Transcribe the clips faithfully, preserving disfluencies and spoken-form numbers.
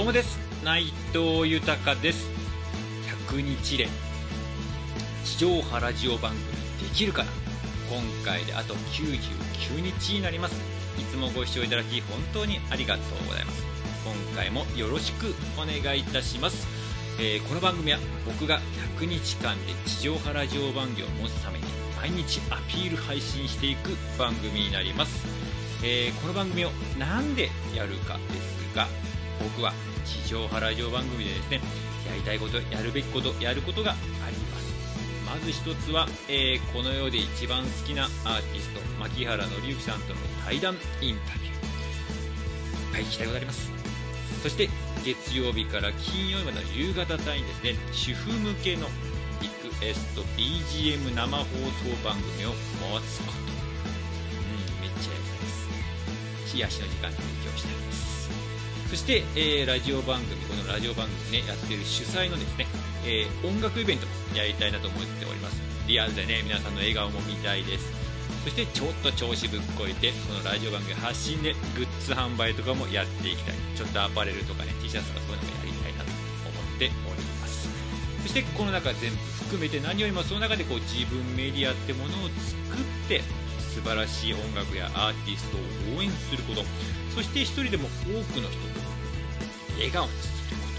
どうもです。内藤豊です。ひゃくにち連地上波ラジオ番組できるかな。今回であときゅうじゅうきゅうにちになります。いつもご視聴いただき本当にありがとうございます。今回もよろしくお願いいたします。えー、この番組は僕がひゃくにちかんで地上波ラジオ番組を持つために毎日アピール配信していく番組になります。えー、この番組をなんでやるかですが、僕は地上波ラジオ番組でですね、やりたいこと、やるべきこと、やることがあります。まず一つは、えー、この世で一番好きなアーティスト牧原紀之さんとの対談インタビュー、いっぱい聞きたいことあります。そして月曜日から金曜日までの夕方帯にですね、主婦向けのリクエスト ビージーエム 生放送番組を持つこと、うん、めっちゃやりたいです。癒しの時間に提供したいです。そして、えー、ラジオ番組、このラジオ番組ね、やっている主催のですね、えー、音楽イベントやりたいなと思っております。リアルでね、皆さんの笑顔も見たいです。そしてちょっと調子ぶっこいて、このラジオ番組発信でグッズ販売とかもやっていきたい。ちょっとアパレルとかね、T シャツとかそういうのもやりたいなと思っております。そしてこの中全部含めて、何よりもその中でこう自分メディアってものを作って素晴らしい音楽やアーティストを応援すること、そして一人でも多くの人を笑顔にすること、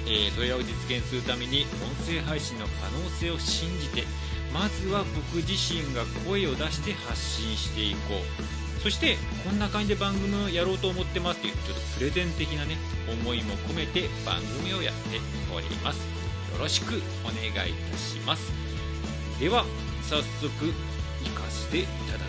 えー、それらを実現するために音声配信の可能性を信じて、まずは僕自身が声を出して発信していこう。そしてこんな感じで番組をやろうと思ってますというちょっとプレゼン的なね、思いも込めて番組をやっております。よろしくお願いいたします。では早速行かせていただきます。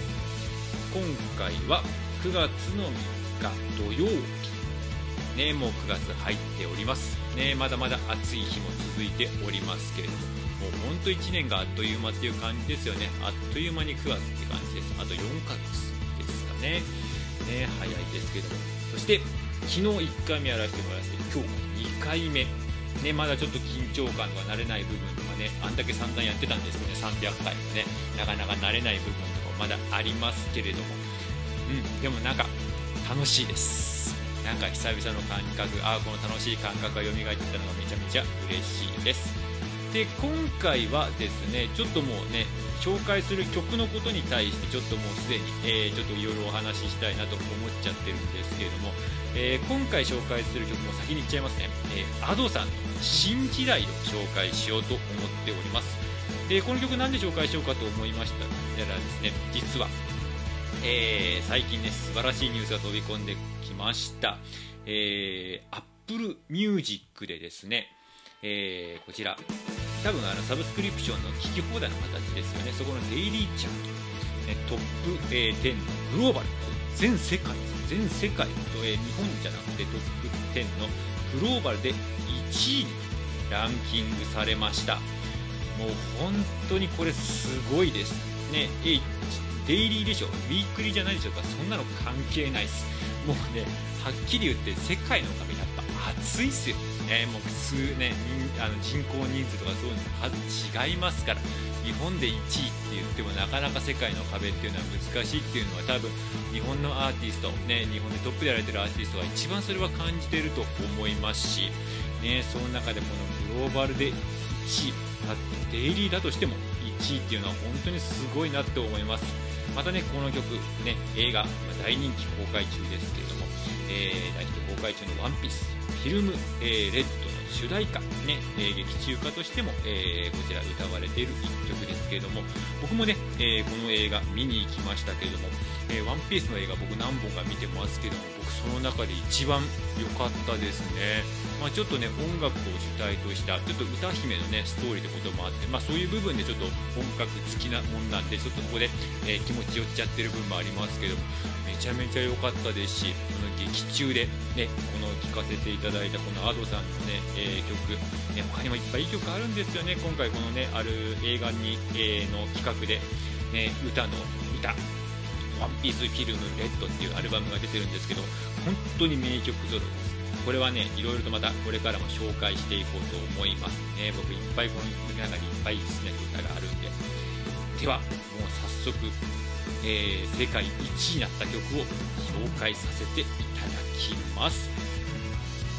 今回はくがつのみっか土曜日ね、もうくがつ入っておりますね。まだまだ暑い日も続いておりますけれども、もうほんといちねんがあっという間っていう感じですよね。あっという間にくがつって感じです。あとよんかげつですかね。ね、早いですけども。そして昨日いっかいめやらせてもらって、今日にかいめね、まだちょっと緊張感とか慣れない部分とかね、あんだけ散々やってたんですけどね、さんびゃっかいもね、なかなか慣れない部分とかまだありますけれども、うん、でもなんか楽しいです。なんか久々の感覚、ああこの楽しい感覚が蘇ってきたのがめちゃめちゃ嬉しいです。で、今回はですね、ちょっともうね、紹介する曲のことに対してちょっともうすでに、えー、ちょっといろいろお話ししたいなと思っちゃってるんですけれども、えー、今回紹介する曲も先に言っちゃいますね。えー、Ado さんの新時代を紹介しようと思っております。で、この曲なんで紹介しようかと思いましたらですね、実はえー、最近ね、素晴らしいニュースが飛び込んできました。えー、Apple Music でですね、えー、こちら多分あのサブスクリプションの聞き放題の形ですよね。そこのデイリーチャート、ね、トップ、えー、じゅうのグローバル、全世界全世界と、えー、日本じゃなくてトップじゅうのグローバルでいちいにランキングされました。もう本当にこれすごいですね。えーデイリーでしょ、ウィークリーじゃないでしょうか。そんなの関係ないです。もうね、はっきり言って世界の壁やっぱ熱いっすよね。もう数ね、あの人口人数とかそういうの数違いますから、日本でいちいって言ってもなかなか世界の壁っていうのは難しいっていうのは、多分日本のアーティストね、日本でトップでやられてるアーティストが一番それは感じていると思いますしね。その中でこのグローバルでいちい、デイリーだとしてもいちいっていうのは本当にすごいなって思います。またね、この曲ね、映画大人気公開中ですけれども、えー、大人気公開中のワンピースフィルム、えー、レッドの主題歌ね、えー、劇中歌としても、えー、こちら歌われている一曲ですけれども、僕もね、えー、この映画見に行きましたけれども、えー、ワンピースの映画僕何本か見てますけども、僕その中で一番良かったですね。まあ、ちょっとね、音楽を主体としたちょっと歌姫のねストーリーってこともあって、まあ、そういう部分でちょっと本格好きなもんなんで、ちょっとここで、えー、気持ち寄っちゃってる部分もありますけども、めちゃめちゃ良かったですし、この劇中でね、この聴かせていただいたこの Ado さんのね、えー、曲、ね、他にもいっぱいいい曲あるんですよね。今回このね、ある映画に、えー、の企画で、ね、歌の歌ワンピースフィルムレッドっていうアルバムが出てるんですけど、本当に名曲揃いです。これはね、いろいろとまたこれからも紹介していこうと思いますね。僕いっぱいこの中にいっぱい好きな歌があるんで。ではもう早速、えー、世界いちいになった曲を紹介させていただきます。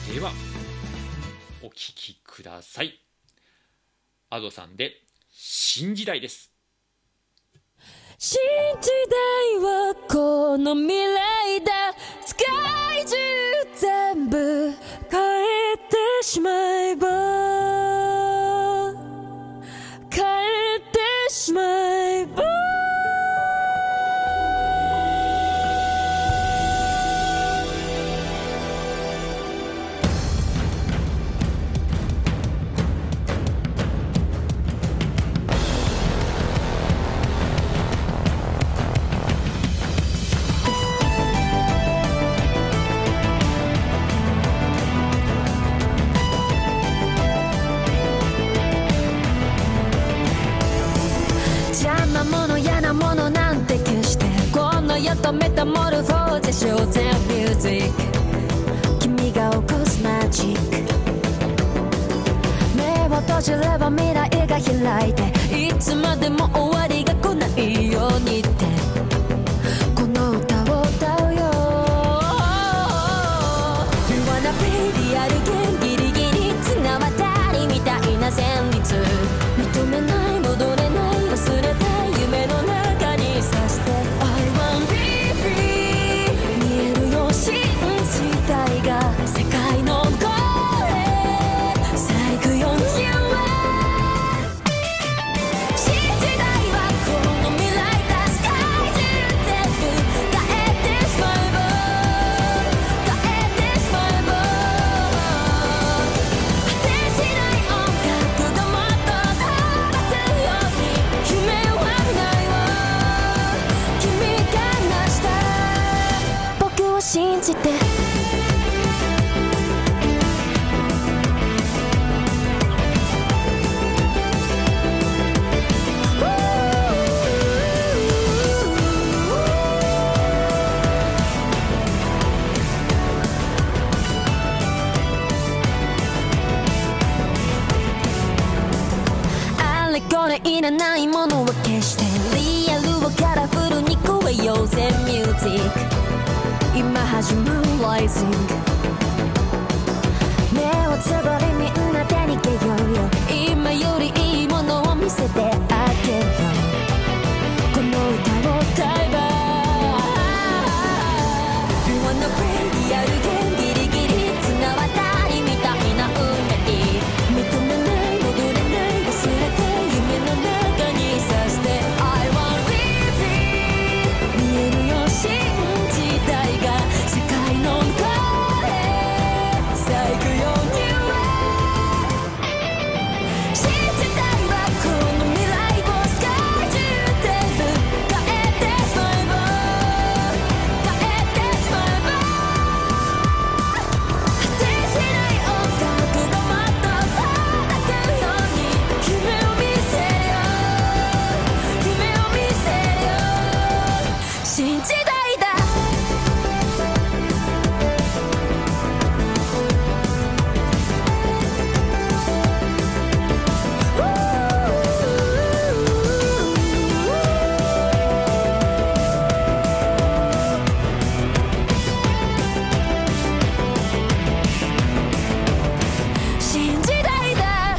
ではお聴きください。Adoさんで新時代です。 新時代はこの未来だ。世界中全部変えてしまえば、変えてしまえば。とメタモルフォーゼショーゼミュージック、君が起こすマジック。目を閉じれば未来が開いて、いつまでも終わりが来ないようにってこの歌を歌うよ。 You wanna be リアルゲンギリギリ綱渡りみたいな旋律、認めない戻れない忘れたい夢の中にさして、新時代が世界の声咲くようには、新時代はこの未来だ。世界中全部変えてしまえば、変えてしまえば、果てしない音楽がもっと届くように、夢はないわ君が成した僕を信じて。あれこれいらないものは消して、リアルをカラフルに超えようぜミュージック。今始まるライジング、目をつぶりみんなで逃げようよ。今よりいいものを見せてあげるよ。この歌を歌えば You wanna play リアルゲームギリギリ綱渡りみたいな運命、認めない戻れない忘れて夢の中にさして I want live 見えるよ新時代が世界の声咲くようには、新時代はこの未来を世界中全部変えてしまえば、変えてしまえば、果てしない音楽がもっと届くように、夢を見せるよ、夢を見せるよ、新時代だ。新時代だ。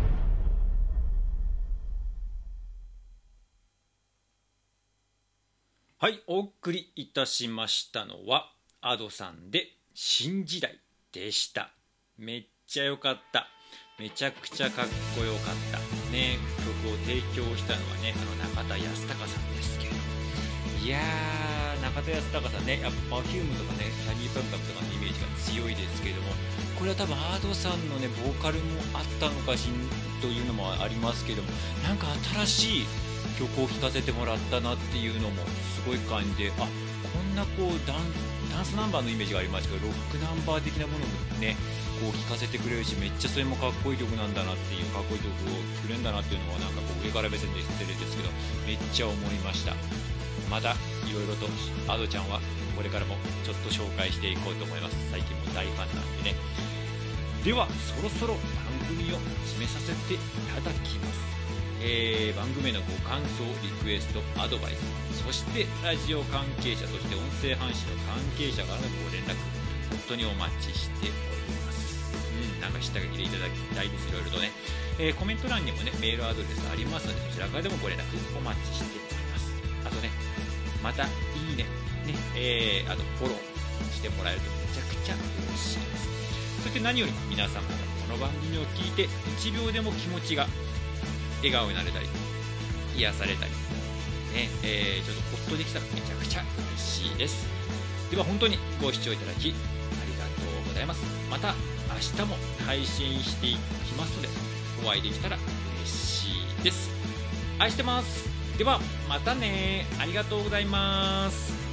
はい、お送りいたしましたのはAdoさんで新時代でした。めっちゃ良かった。めちゃくちゃかっこよかったね。曲を提供したのはね、あの中田泰孝さんですけど、いやー中田泰孝さんね、やっぱ Perfume とかねキャニーパンパンとかのイメージが強いですけれども、これは多分Adoさんのねボーカルもあったのかしんというのもありますけども、なんか新しい曲を聴かせてもらったなっていうのもすごい感じで、あ、こんなこうダン、ダンスナンバーのイメージがありましたけど、ロックナンバー的なものもねこう聴かせてくれるし、めっちゃそれもかっこいい曲なんだなっていう、かっこいい曲を作れるんだなっていうのはなんかこう上から目線で失礼ですけどめっちゃ思いました。またいろいろとAdoちゃんはこれからもちょっと紹介していこうと思います。最近も大ファンなんでね。ではそろそろ番組を締めさせていただきます。えー、番組へのご感想、リクエスト、アドバイス、そしてラジオ関係者、そして音声配信の関係者からのご連絡、本当にお待ちしております。 なんか知ったか聞いていただきたいです。いろいろとね、えー、コメント欄にもねメールアドレスありますので、そちらからでもご連絡お待ちしております。あとね、またいいねね、えー、あとフォローしてもらえるとめちゃくちゃ嬉しいです。そして何よりも皆様がこの番組を聞いていちびょうでも気持ちが笑顔になれたり癒されたりね、えー、ちょっとホッとできたらめちゃくちゃ嬉しいです。では本当にご視聴いただきありがとうございます。また明日も配信していきますので、お会いできたら嬉しいです。愛してます。ではまたね、ありがとうございます。